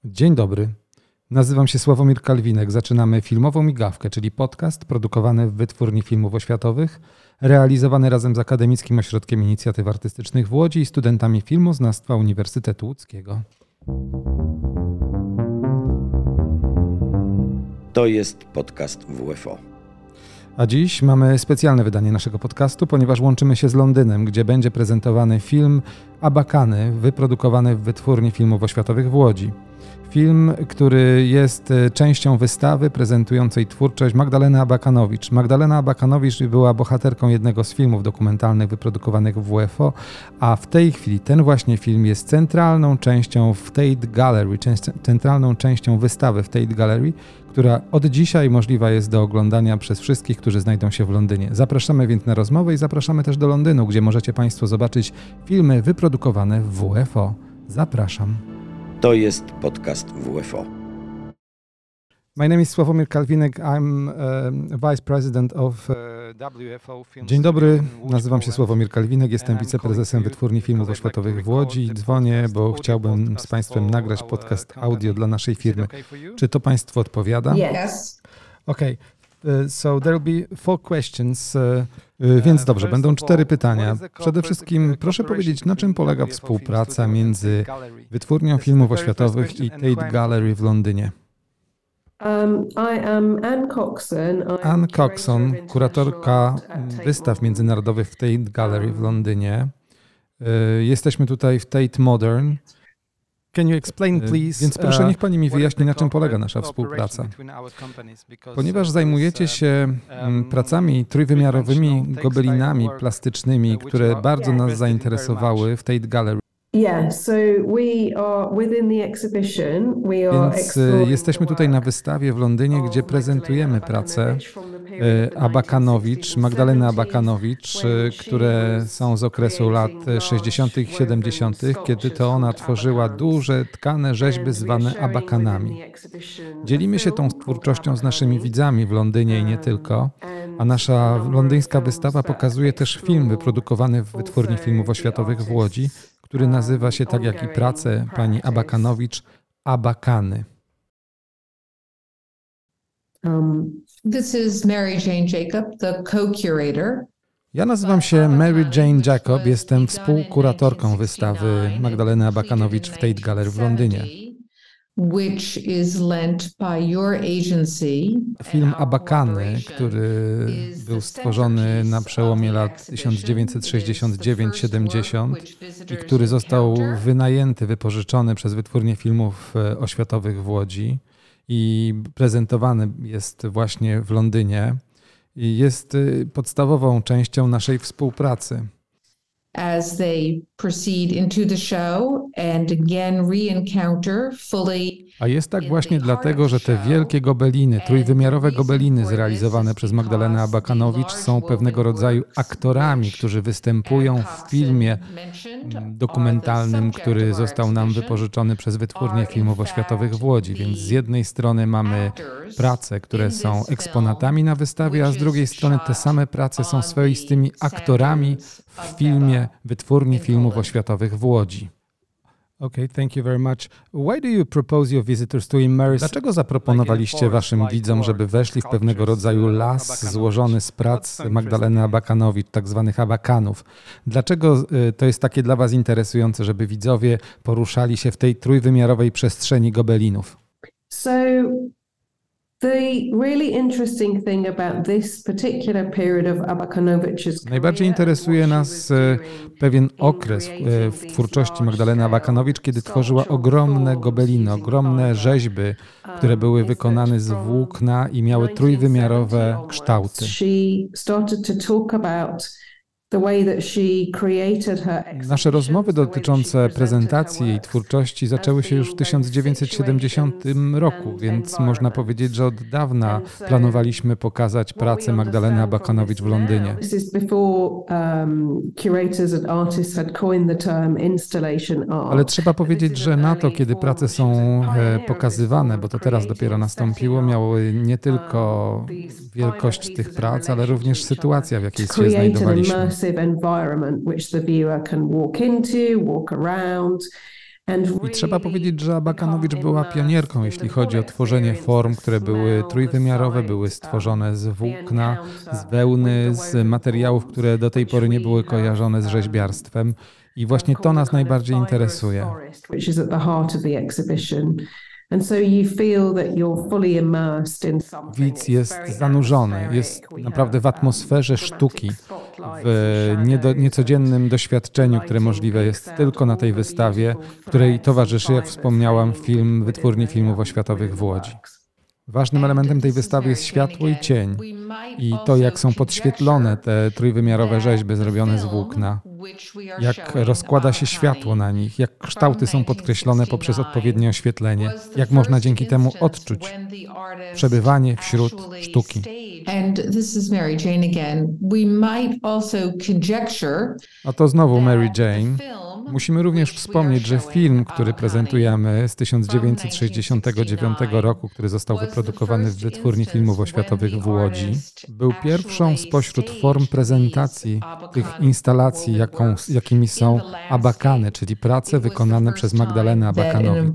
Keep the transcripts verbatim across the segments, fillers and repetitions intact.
Dzień dobry. Nazywam się Sławomir Kalwinek. Zaczynamy Filmową Migawkę, czyli podcast produkowany w Wytwórni Filmów Oświatowych, realizowany razem z Akademickim Ośrodkiem Inicjatyw Artystycznych w Łodzi i studentami filmoznawstwa Uniwersytetu Łódzkiego. To jest podcast W F O. A dziś mamy specjalne wydanie naszego podcastu, ponieważ łączymy się z Londynem, gdzie będzie prezentowany film Abakany, wyprodukowany w Wytwórni Filmów Oświatowych w Łodzi. Film, który jest częścią wystawy prezentującej twórczość Magdaleny Abakanowicz. Magdalena Abakanowicz była bohaterką jednego z filmów dokumentalnych wyprodukowanych w W F O, a w tej chwili ten właśnie film jest centralną częścią w Tate Gallery, centralną częścią wystawy w Tate Gallery, która od dzisiaj możliwa jest do oglądania przez wszystkich, którzy znajdą się w Londynie. Zapraszamy więc na rozmowę i zapraszamy też do Londynu, gdzie możecie Państwo zobaczyć filmy wyprodukowane w W F O. Zapraszam. To jest podcast W F O. My name is Sławomir Kalwinek. I'm uh, Vice President of uh, W F O. Dzień dobry, nazywam się Sławomir Kalwinek, jestem wiceprezesem Wytwórni Filmów Oświatowych w Łodzi. Dzwonię, bo chciałbym z Państwem nagrać podcast audio dla naszej firmy. Czy to Państwu odpowiada? Yes. Okay. So there will be four questions, więc dobrze, będą cztery pytania. Przede wszystkim proszę powiedzieć, na czym polega współpraca między Wytwórnią Filmów Oświatowych i Tate Gallery w Londynie? Um, I am Anne Coxon. Anne Coxon, kuratorka wystaw międzynarodowych w Tate Gallery w Londynie. Jesteśmy tutaj w Tate Modern. Can you explain, please, Więc proszę, niech Pani mi wyjaśni, na czym polega nasza współpraca. Ponieważ zajmujecie się pracami trójwymiarowymi gobelinami plastycznymi, które bardzo nas zainteresowały w Tate Gallery. Yeah, so we are within the exhibition. We are Więc jesteśmy tutaj na wystawie w Londynie, gdzie prezentujemy pracę Abakanowicz, Magdaleny Abakanowicz, które są z okresu lat sześćdziesiątych i siedemdziesiątych, kiedy to ona tworzyła duże tkane rzeźby zwane abakanami. Dzielimy się tą twórczością z naszymi widzami w Londynie i nie tylko, a nasza londyńska wystawa pokazuje też film wyprodukowany w Wytwórni Filmów Oświatowych w Łodzi, który nazywa się, tak jak i prace pani Abakanowicz, Abakany. Um, this is Mary Jane Jacob, the co-curator. Ja nazywam się Mary Jane Jacob, jestem współkuratorką wystawy Magdaleny Abakanowicz w Tate Gallery w Londynie. Which is lent by your agency. Film Abakany, który był stworzony na przełomie lat tysiąc dziewięćset sześćdziesiąt dziewięć siedemdziesiąt i który został wynajęty, wypożyczony przez Wytwórnię Filmów Oświatowych w Łodzi i prezentowany jest właśnie w Londynie i jest podstawową częścią naszej współpracy. As they proceed into the show and again re-encounter fully. A jest tak właśnie dlatego, że te wielkie gobeliny, trójwymiarowe gobeliny zrealizowane przez Magdalenę Abakanowicz są pewnego rodzaju aktorami, którzy występują w filmie dokumentalnym, który został nam wypożyczony przez Wytwórnię Filmów Oświatowych w Łodzi. Więc z jednej strony mamy prace, które są eksponatami na wystawie, a z drugiej strony te same prace są swoistymi aktorami w filmie Wytwórni Filmów Oświatowych w Łodzi. Okay, thank you very much. Why do you propose your visitors to immerse? Dlaczego zaproponowaliście waszym widzom, żeby weszli w pewnego rodzaju las złożony z prac Magdaleny Abakanowicz, tak zwanych abakanów? Dlaczego to jest takie dla was interesujące, żeby widzowie poruszali się w tej trójwymiarowej przestrzeni gobelinów? So the really interesting thing about this particular period of Abakanowicz's Najbardziej interesuje nas pewien okres w twórczości Magdaleny Abakanowicz, kiedy tworzyła ogromne gobeliny, ogromne rzeźby, które były wykonane z włókna i miały trójwymiarowe kształty. She started to talk about Nasze rozmowy dotyczące prezentacji jej twórczości zaczęły się już w tysiąc dziewięćset siedemdziesiątym roku, więc można powiedzieć, że od dawna planowaliśmy pokazać pracę Magdaleny Abakanowicz w Londynie. Ale trzeba powiedzieć, że na to, kiedy prace są pokazywane, bo to teraz dopiero nastąpiło, miały nie tylko wielkość tych prac, ale również sytuacja, w jakiej się znajdowaliśmy. Environment which the viewer can walk into, walk around, I trzeba powiedzieć, że Abakanowicz była pionierką, jeśli chodzi o tworzenie form, które były trójwymiarowe, były stworzone z włókna, z wełny, z materiałów, które do tej pory nie były kojarzone z rzeźbiarstwem. I właśnie to nas najbardziej interesuje. Widz jest zanurzony, jest naprawdę w atmosferze sztuki, w niedo, niecodziennym doświadczeniu, które możliwe jest tylko na tej wystawie, której towarzyszy, jak wspomniałam, film Wytwórni Filmów Oświatowych w Łodzi. Ważnym elementem tej wystawy jest światło i cień i to, jak są podświetlone te trójwymiarowe rzeźby zrobione z włókna, jak rozkłada się światło na nich, jak kształty są podkreślone poprzez odpowiednie oświetlenie, jak można dzięki temu odczuć przebywanie wśród sztuki. A to znowu Mary Jane. Musimy również wspomnieć, że film, który prezentujemy z tysiąc dziewięćset sześćdziesiątego dziewiątego roku, który został wyprodukowany w Wytwórni Filmów Oświatowych w Łodzi, był pierwszą spośród form prezentacji tych instalacji, jaką, jakimi są abakany, czyli prace wykonane przez Magdalenę Abakanowicz.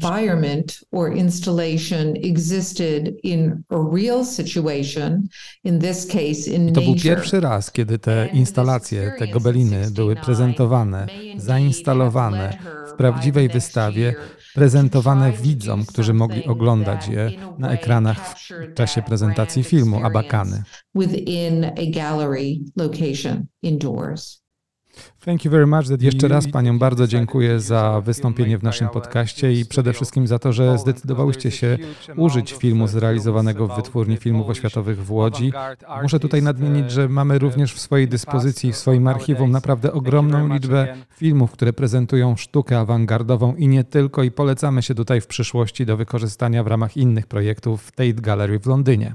I to był pierwszy raz, kiedy te instalacje, te gobeliny były prezentowane, zainstalowane w prawdziwej wystawie, prezentowane widzom, którzy mogli oglądać je na ekranach w czasie prezentacji filmu Abakany. Thank you very much. Jeszcze raz Paniom bardzo dziękuję za wystąpienie w naszym podcaście i przede wszystkim za to, że zdecydowałyście się użyć filmu zrealizowanego w Wytwórni Filmów Oświatowych w Łodzi. Muszę tutaj nadmienić, że mamy również w swojej dyspozycji, w swoim archiwum naprawdę ogromną liczbę filmów, które prezentują sztukę awangardową i nie tylko, i polecamy się tutaj w przyszłości do wykorzystania w ramach innych projektów w Tate Gallery w Londynie.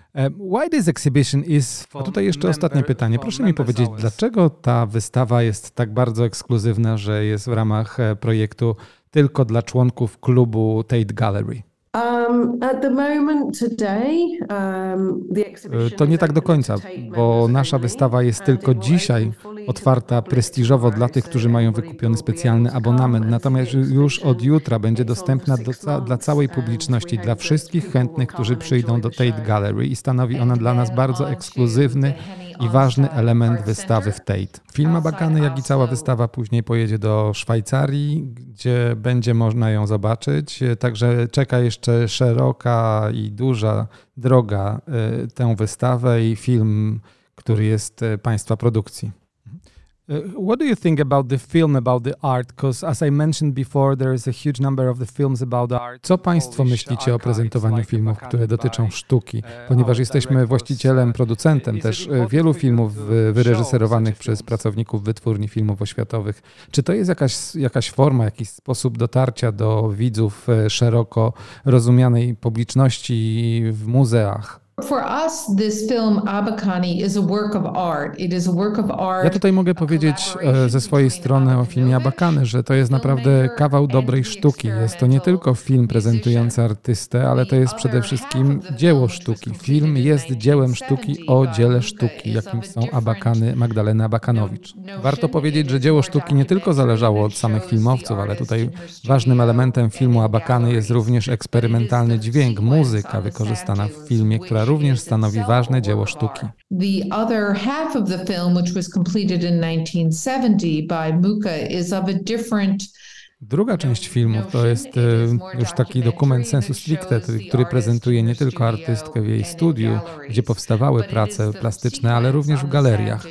Why this exhibition is A tutaj jeszcze ostatnie pytanie. Proszę mi powiedzieć, dlaczego ta wystawa jest tak bardzo ekskluzywna, że jest w ramach projektu tylko dla członków klubu Tate Gallery? Um, at the moment today, um, the exhibition To nie tak do końca, bo nasza wystawa jest tylko dzisiaj otwarta prestiżowo dla tych, którzy mają wykupiony specjalny abonament, natomiast już od jutra będzie dostępna do ca- dla całej publiczności, dla wszystkich chętnych, którzy przyjdą do Tate Gallery i stanowi ona dla nas bardzo ekskluzywny i ważny element wystawy w Tate. Film Abakany, jak i cała wystawa później pojedzie do Szwajcarii, gdzie będzie można ją zobaczyć, także czeka jeszcze szeroka i duża droga tę wystawę i film, który jest państwa produkcji. What do you think about the film, about the art? Because as I mentioned before, there is a huge number of the films about art. Co Państwo myślicie o prezentowaniu filmów, które dotyczą sztuki? Ponieważ jesteśmy właścicielem, producentem też wielu filmów wyreżyserowanych przez pracowników Wytwórni Filmów Oświatowych. Czy to jest jakaś, jakaś forma, jakiś sposób dotarcia do widzów szeroko rozumianej publiczności w muzeach? For us, this film Abakani is a work of art. It is a work of art. Ja tutaj mogę powiedzieć ze swojej strony o filmie Abakany, że to jest naprawdę kawał dobrej sztuki. Jest to nie tylko film prezentujący artystę, ale to jest przede wszystkim dzieło sztuki. Film jest dziełem sztuki o dziele sztuki, jakim są Abakany Magdaleny Abakanowicz. Warto powiedzieć, że dzieło sztuki nie tylko zależało od samych filmowców, ale tutaj ważnym elementem filmu Abakany jest również eksperymentalny dźwięk, muzyka wykorzystana w filmie, która również stanowi ważne dzieło sztuki. The other half of the film, which was completed in nineteen seventy by Mucha, is of a different. Druga część filmu to jest już taki dokument sensu stricte, który prezentuje nie tylko artystkę w jej studiu, gdzie powstawały prace plastyczne, ale również w galeriach.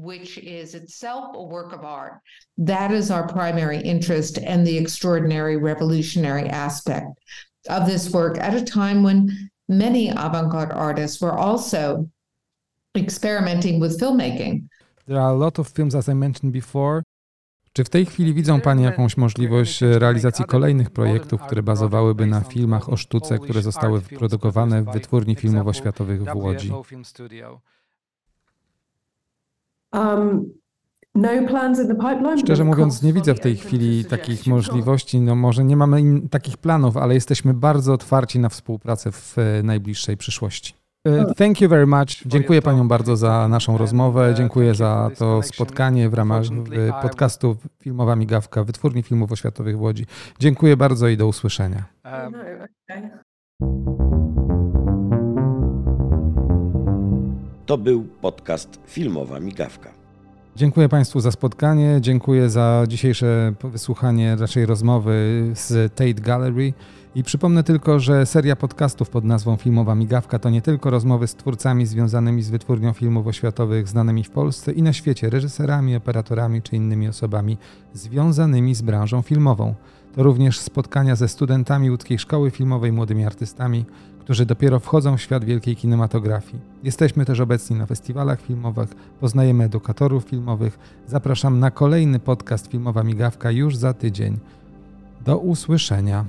That is our primary interest and the extraordinary revolutionary aspect of this work at a time when many avant-garde artists were also experimenting with filmmaking. There are a lot of films, as I mentioned before. Czy w tej chwili widzą Pani jakąś możliwość realizacji kolejnych projektów, które bazowałyby na filmach o sztuce, które zostały wyprodukowane w Wytwórni Filmów Oświatowych w Łodzi? Um, no plans in the pipeline. Szczerze mówiąc, nie widzę w tej chwili takich możliwości. No może nie mamy in- takich planów, ale jesteśmy bardzo otwarci na współpracę w najbliższej przyszłości. Uh, thank you very much. Dziękuję paniom bardzo za naszą rozmowę, dziękuję za to spotkanie w ramach podcastu Filmowa Migawka, Wytwórni Filmów Oświatowych w Łodzi. Dziękuję bardzo i do usłyszenia. No, okay. To był podcast Filmowa Migawka. Dziękuję Państwu za spotkanie, dziękuję za dzisiejsze wysłuchanie naszej rozmowy z Tate Gallery i przypomnę tylko, że seria podcastów pod nazwą Filmowa Migawka to nie tylko rozmowy z twórcami związanymi z wytwórnią filmów oświatowych znanymi w Polsce i na świecie, reżyserami, operatorami czy innymi osobami związanymi z branżą filmową. To również spotkania ze studentami Łódzkiej Szkoły Filmowej, młodymi artystami, którzy dopiero wchodzą w świat wielkiej kinematografii. Jesteśmy też obecni na festiwalach filmowych, poznajemy edukatorów filmowych. Zapraszam na kolejny podcast Filmowa Migawka już za tydzień. Do usłyszenia.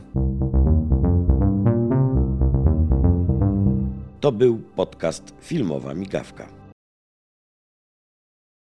To był podcast Filmowa Migawka.